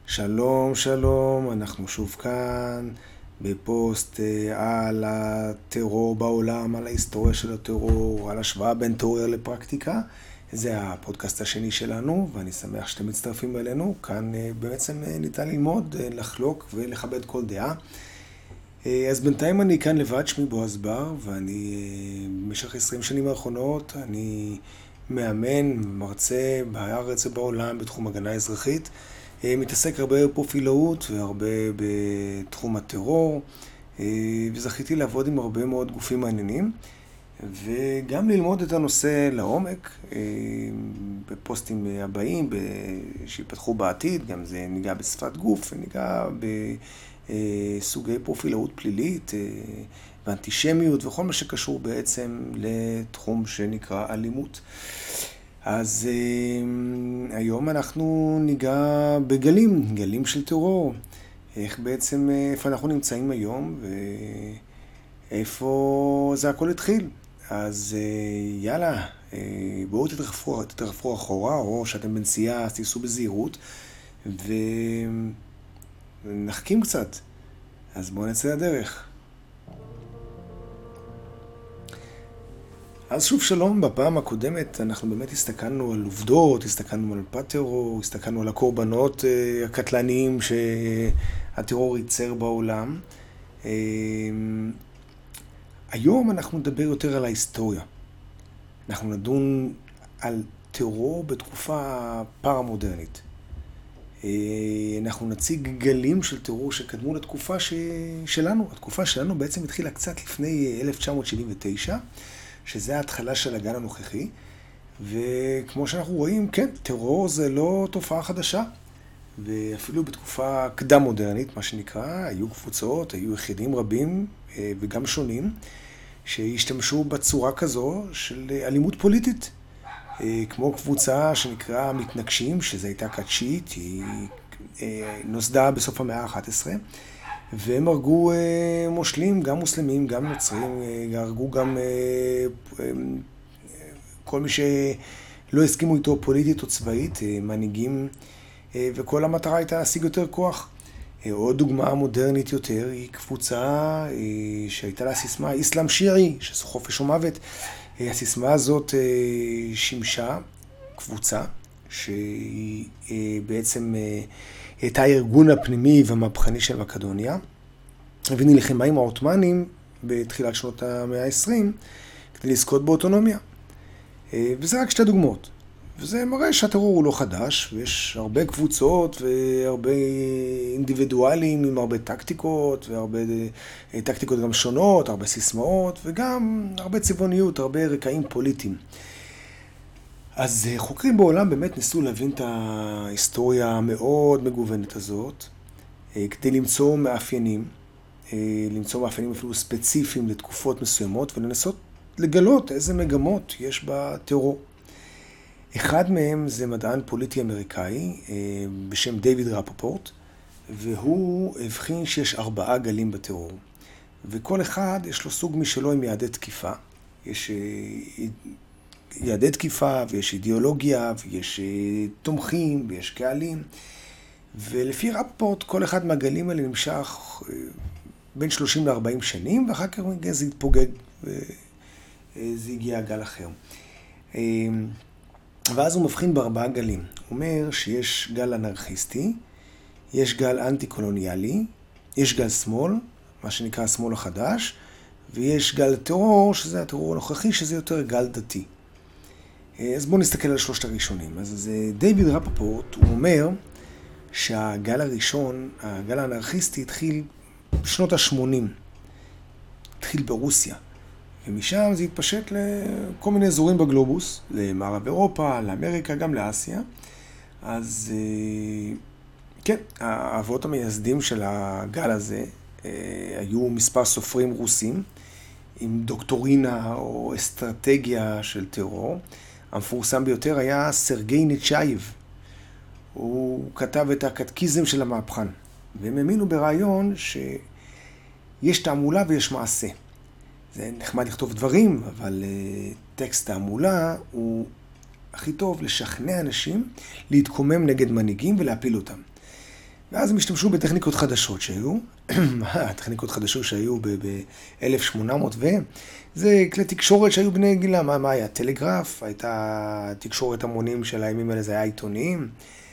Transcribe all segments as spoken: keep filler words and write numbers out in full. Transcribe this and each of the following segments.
שלום, שלום, אנחנו שוב כאן בפוסט אה, על הטרור בעולם, על ההיסטוריה של הטרור, על השוואה בין תיאוריה לפרקטיקה. זה הפודקאסט השני שלנו, ואני שמח שאתם מצטרפים אלינו. כאן אה, בעצם אה, ניתן ללמוד, אה, לחלוק ולכבד כל דעה. אה, אז בינתיים אני כאן לבד, שמי בועז בר, ואני אה, במשך עשרים שנים האחרונות, אני מאמן, מרצה בארץ ובעולם בתחום הגנה אזרחית. מתעסק הרבה בפרופילאות והרבה בתחום הטרור, וזכיתי לעבוד עם הרבה מאוד גופים מעניינים, וגם ללמוד את הנושא לעומק בפוסטים הבאים שיפתחו בעתיד. גם זה ניגע בשפת גוף וניגע בסוגי פרופילאות פלילית ואנטישמיות וכל מה שקשור בעצם לתחום שנקרא אלימות. אז uh, היום אנחנו ניגע בגלים, גלים של טרור. איך בעצם, איפה אנחנו נמצאים היום ואיפה זה הכל התחיל. אז uh, יאללה, uh, בואו תתרחפו, תתרחפו אחורה, או שאתם בנסיעה, אז תיסעו בזהירות, ונחכים קצת. אז בואו נצא לדרך. אז שוב שלום, בפעם הקודמת אנחנו באמת הסתכלנו על עובדות, הסתכלנו על פטרו, הסתכלנו על הקורבנות הקטלניים שהטרור ייצר בעולם. היום אנחנו נדבר יותר על ההיסטוריה. אנחנו נדון על טרור בתקופה פארה-מודרנית. אנחנו נציג גלים של טרור שקדמו לתקופה ש... שלנו. התקופה שלנו בעצם התחילה קצת לפני אלף תשע מאות שבעים ותשע. שזה ההתחלה של הגל הנוכחי, וכמו שאנחנו רואים, כן, טרור זה לא תופעה חדשה, ואפילו בתקופה קדם מודרנית, מה שנקרא, היו קבוצות, היו יחידים רבים וגם שונים, שהשתמשו בצורה כזו של אלימות פוליטית, כמו קבוצה שנקרא מתנגשים, שזו הייתה קאצ'ית, היא נוסדה בסוף המאה ה-אחת עשרה, והם הרגו אה, מושלים, גם מוסלמים, גם נוצרים, אה, הרגו גם אה, אה, כל מי שלא הסכימו איתו פוליטית או צבאית, אה, מנהיגים, אה, וכל המטרה הייתה להשיג יותר כוח. אה, עוד דוגמה מודרנית יותר היא קבוצה אה, שהייתה לה סיסמה איסלאם שיעי, שזה חופש ומוות. אה, הסיסמה הזאת אה, שימשה קבוצה שהיא אה, בעצם... אה, הייתה הארגון הפנימי והמהפכני של מקדוניה, ונלחמה עם העות'מאנים בתחילת שנות המאה ה-עשרים כדי לזכות באוטונומיה. וזה רק שתי דוגמאות. וזה מראה שהטרור הוא לא חדש, ויש הרבה קבוצות והרבה אינדיבידואלים עם הרבה טקטיקות, והרבה טקטיקות גם שונות, הרבה סיסמאות, וגם הרבה צבעוניות, הרבה רקעים פוליטיים. אז חוקרים בעולם באמת ניסו להבין את ההיסטוריה המאוד מגוונת הזאת, כדי למצוא מאפיינים, למצוא מאפיינים אפילו ספציפיים לתקופות מסוימות, ולנסות לגלות איזה מגמות יש בטרור. אחד מהם זה מדען פוליטי אמריקאי בשם דיוויד רפפורט, והוא הבחין שיש ארבעה גלים בטרור. וכל אחד יש לו סוג משלו עם יעדי תקיפה. יש יעדי תקיפה, ויש אידיאולוגיה, ויש תומכים, ויש קהלים. ולפי רפפורט, כל אחד מהגלים האלה נמשך בין שלושים לארבעים שנים, ואחר כך זה התפוגג, וזה הגיע גל אחר. ואז הוא מבחין בארבעה גלים. הוא אומר שיש גל אנרכיסטי, יש גל אנטי-קולוניאלי, יש גל שמאל, מה שנקרא השמאל החדש, ויש גל טרור, שזה הטרור הנוכחי, שזה יותר גל דתי. אז בואו נסתכל על שלושת הראשונים. אז דיוויד רפפורט, הוא אומר שהגל הראשון, הגל האנרכיסטי, התחיל בשנות ה-שמונים. התחיל ברוסיה. ומשם זה התפשט לכל מיני אזורים בגלובוס, למערב אירופה, לאמריקה, גם לאסיה. אז כן, האבות המייסדים של הגל הזה היו מספר סופרים רוסים, עם דוקטורינה או אסטרטגיה של טרור. המפורסם ביותר היה סרגי ניטשייב. הוא כתב את הקטקיזם של המהפכן. והם האמינו ברעיון שיש תעמולה ויש מעשה. זה נחמד לכתוב דברים, אבל טקסט תעמולה הוא הכי טוב לשכנע אנשים להתקומם נגד מנהיגים ולהפיל אותם. ואז הם השתמשו בטכניקות חדשות שהיו, הטכניקות חדשות שהיו ב-אלף שמונה מאות ו... זה כלי תקשורת שהיו בני גילה, מה, מה היה? טלגרף, הייתה תקשורת המונים של הימים האלה, זה היה עיתוניים,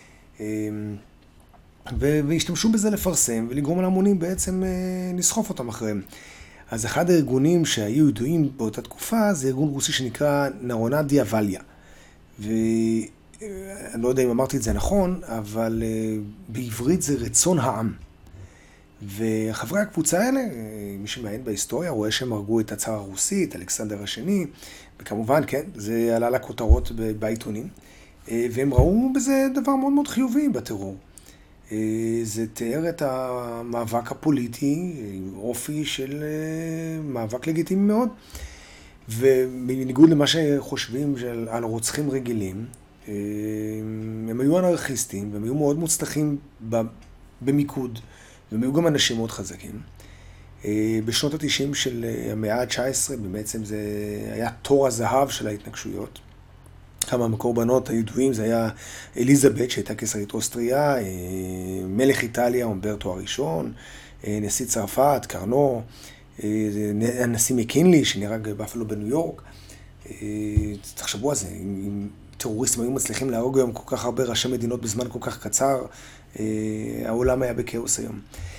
והשתמשו בזה לפרסם ולגרום להמונים בעצם לסחוף אותם אחריהם. אז אחד הארגונים שהיו ידועים באותה תקופה זה ארגון רוסי שנקרא נרונדיה וליה. ואני לא יודע אם אמרתי את זה נכון, אבל בעברית זה רצון העם. וחברי הקבוצה האלה, מי שמעיין בהיסטוריה, רואה שהם הרגו את הצאר הרוסי, את אלכסנדר השני, וכמובן, כן, זה עלה לכותרות בעיתונים, והם ראו בזה דבר מאוד מאוד חיובי בטרור. זה תיאר את המאבק הפוליטי, אופי של מאבק לגיטימי מאוד, ובניגוד למה שחושבים על רוצחים רגילים, הם היו אנרכיסטים, והם היו מאוד מוצלחים במיקוד, והם היו גם אנשים מאוד חזקים. בשנות ה-תשעים של המאה ה-תשע עשרה, בעצם זה היה תור הזהב של ההתנגשויות. כמה מקורבנות הידועים, זה היה אליזבת, שהייתה קיסרית אוסטריה, מלך איטליה, אומברטו הראשון, נשיא צרפת, קרנו, הנשיא מקינלי, שנהרג באפלו בניו יורק. תחשבו על זה, אם טרוריסטים היו מצליחים להרוג היום כל כך הרבה ראשי מדינות בזמן כל כך קצר, העולם היה בכאוס היום.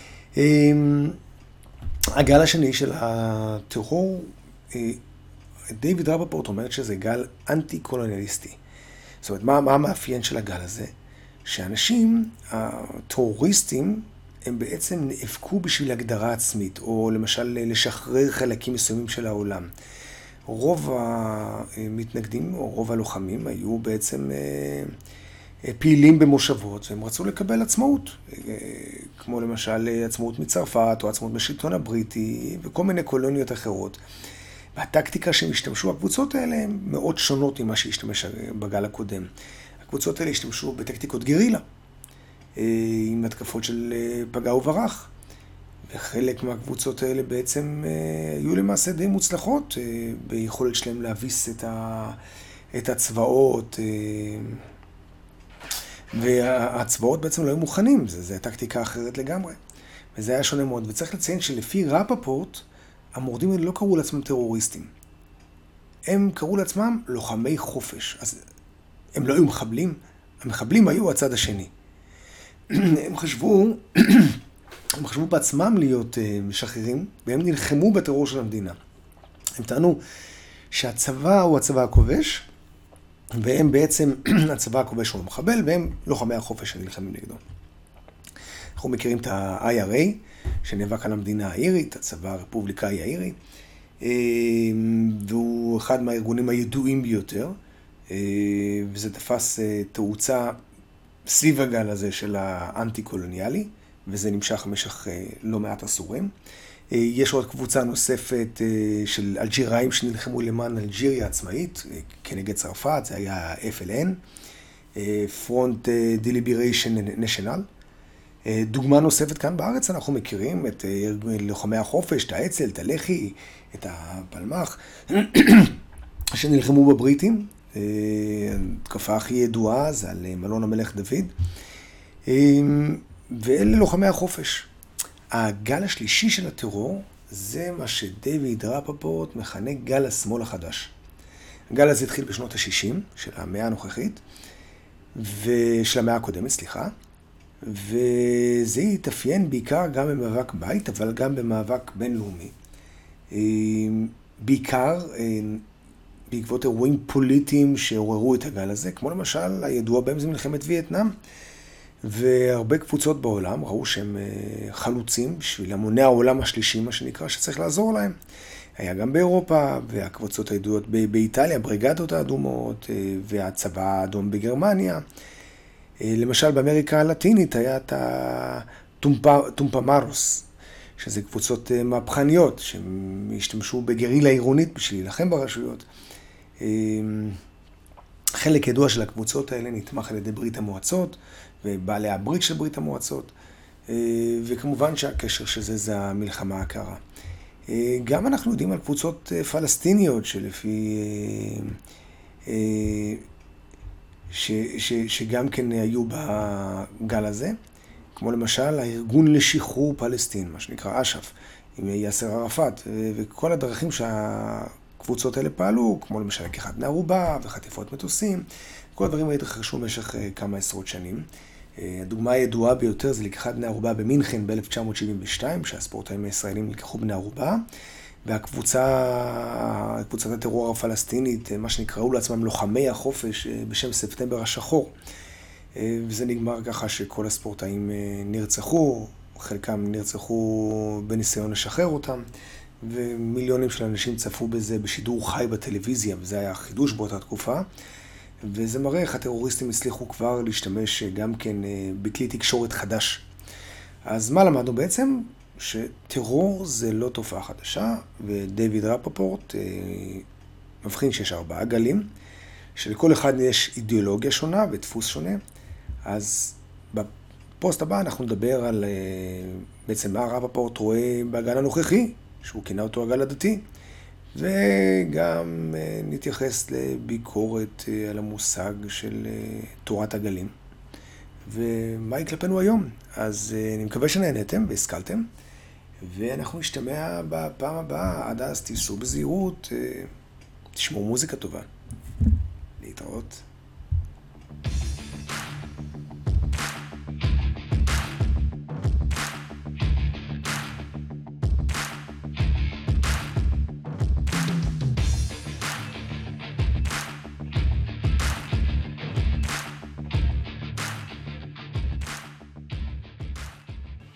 הגל השני של הטרור, דיוויד רפפורט אומר שזה גל אנטי-קולוניאליסטי. זאת אומרת, מה, מה המאפיין של הגל הזה? שאנשים, הטרוריסטים, הם בעצם נאבקו בשביל הגדרה עצמית, או למשל לשחרר חלקים מסוימים של העולם. רוב המתנגדים, או רוב הלוחמים, היו בעצם פעילים במושבות, והם רצו לקבל עצמאות, כמו למשל עצמאות מצרפת, או עצמאות בשלטון הבריטי, וכל מיני קולוניות אחרות. והטקטיקה שהם השתמשו, הקבוצות האלה הן מאוד שונות ממה שהשתמש בגל הקודם. הקבוצות האלה השתמשו בטקטיקות גרילה, עם התקפות של פגע וברח. וחלק מהקבוצות האלה בעצם היו למעשה די מוצלחות, ביכולת שלהם להביס את, ה... את הצבאות. והצבאות בעצם לא היו מוכנים, זו טקטיקה אחרת לגמרי. וזה היה שונה מאוד. וצריך לציין שלפי רפפורט, המורדים האלה לא קראו לעצמם טרוריסטים. הם קראו לעצמם לוחמי חופש. אז הם לא היו מחבלים, המחבלים היו הצד השני. הם חשבו, הם חשבו בעצמם להיות משחררים, והם נלחמו בטרור של המדינה. הם טענו שהצבא הוא הצבא הכובש, והם בעצם, הצבא הכובש הוא המחבל, והם לוחמי החופש שנלחמים נגדו. אנחנו מכירים את ה-איי אר איי, שנאבק על המדינה האירית, הצבא הרפובליקאי האירי, והוא אחד מהארגונים הידועים ביותר, וזה תפס תאוצה סביב הגל הזה של האנטי-קולוניאלי, וזה נמשך במשך לא מעט עשורים. יש עוד קבוצה נוספת של אלג'יראים שנלחמו למען אלג'יריה עצמאית, כנגד צרפת, זה היה אף אל אן, Front de Liberation National. דוגמה נוספת כאן בארץ, אנחנו מכירים את לוחמי החופש, את האצ"ל, את הלח"י, את הפלמ"ח, שנלחמו בבריטים. התקפה הכי ידועה זה על מלון המלך דוד. ואלה לוחמי החופש. הגל השלישי של הטרור זה מה שדיוויד רפפורט מכנה גל השמאל החדש. הגל הזה התחיל בשנות ה-שישים של המאה הנוכחית, ושל המאה הקודמת, סליחה. וזה התאפיין בעיקר גם במאבק בית, אבל גם במאבק בינלאומי. בעיקר בעקבות אירועים פוליטיים שעוררו את הגל הזה, כמו למשל הידוע בהם זה מלחמת וייטנאם, והרבה קבוצות בעולם ראו שהם חלוצים בשביל המוני העולם השלישי, מה שנקרא, שצריך לעזור להם. היה גם באירופה, והקבוצות הידועות באיטליה, בריגדות האדומות, והצבא האדום בגרמניה. למשל, באמריקה הלטינית היה את הטומפמרוס, שזה קבוצות מהפכניות, שהם השתמשו בגרילה עירונית בשביל להילחם ברשויות. חלק ידוע של הקבוצות האלה נתמך על ידי ברית המועצות, ובעלי הברית של ברית המועצות, וכמובן שהקשר שזה זה המלחמה הקרה. גם אנחנו יודעים על קבוצות פלסטיניות שלפי... ש, ש, שגם כן היו בגל הזה, כמו למשל הארגון לשחרור פלסטין, מה שנקרא אש"ף, עם יאסר ערפאת, וכל הדרכים שהקבוצות האלה פעלו, כמו למשל לקיחת בני ערובה וחטיפות מטוסים, כל הדברים האלה התרחשו במשך כמה עשרות שנים. הדוגמה הידועה ביותר זה לקיחת בני ערובה במינכן ב-אלף תשע מאות שבעים ושתיים, שהספורטאים הישראלים לקחו בני ערובה, והקבוצה, קבוצת הטרור הפלסטינית, מה שנקראו לעצמם לוחמי החופש בשם ספטמבר השחור. וזה נגמר ככה שכל הספורטאים נרצחו, חלקם נרצחו בניסיון לשחרר אותם, ומיליונים של אנשים צפו בזה בשידור חי בטלוויזיה, וזה היה חידוש באותה תקופה. וזה מראה איך הטרוריסטים הצליחו כבר להשתמש גם כן בכלי תקשורת חדש. אז מה למדנו בעצם? שטרור זה לא תופעה חדשה, ודייוויד רפפורט מבחין שיש ארבעה גלים, שלכל אחד יש אידיאולוגיה שונה ודפוס שונה. אז בפוסט הבא אנחנו נדבר על בעצם מה רפפורט רואה בגל הנוכחי, שהוא כינה אותו הגל הדתי, וגם נתייחס לביקורת על המושג של תורת הגלים, ומה היא כלפינו היום. אז אני מקווה שנהנתם והשכלתם, ואנחנו נשתמע בפעם הבאה. עד אז תיסעו בזהירות, תשמעו מוזיקה טובה. להתראות.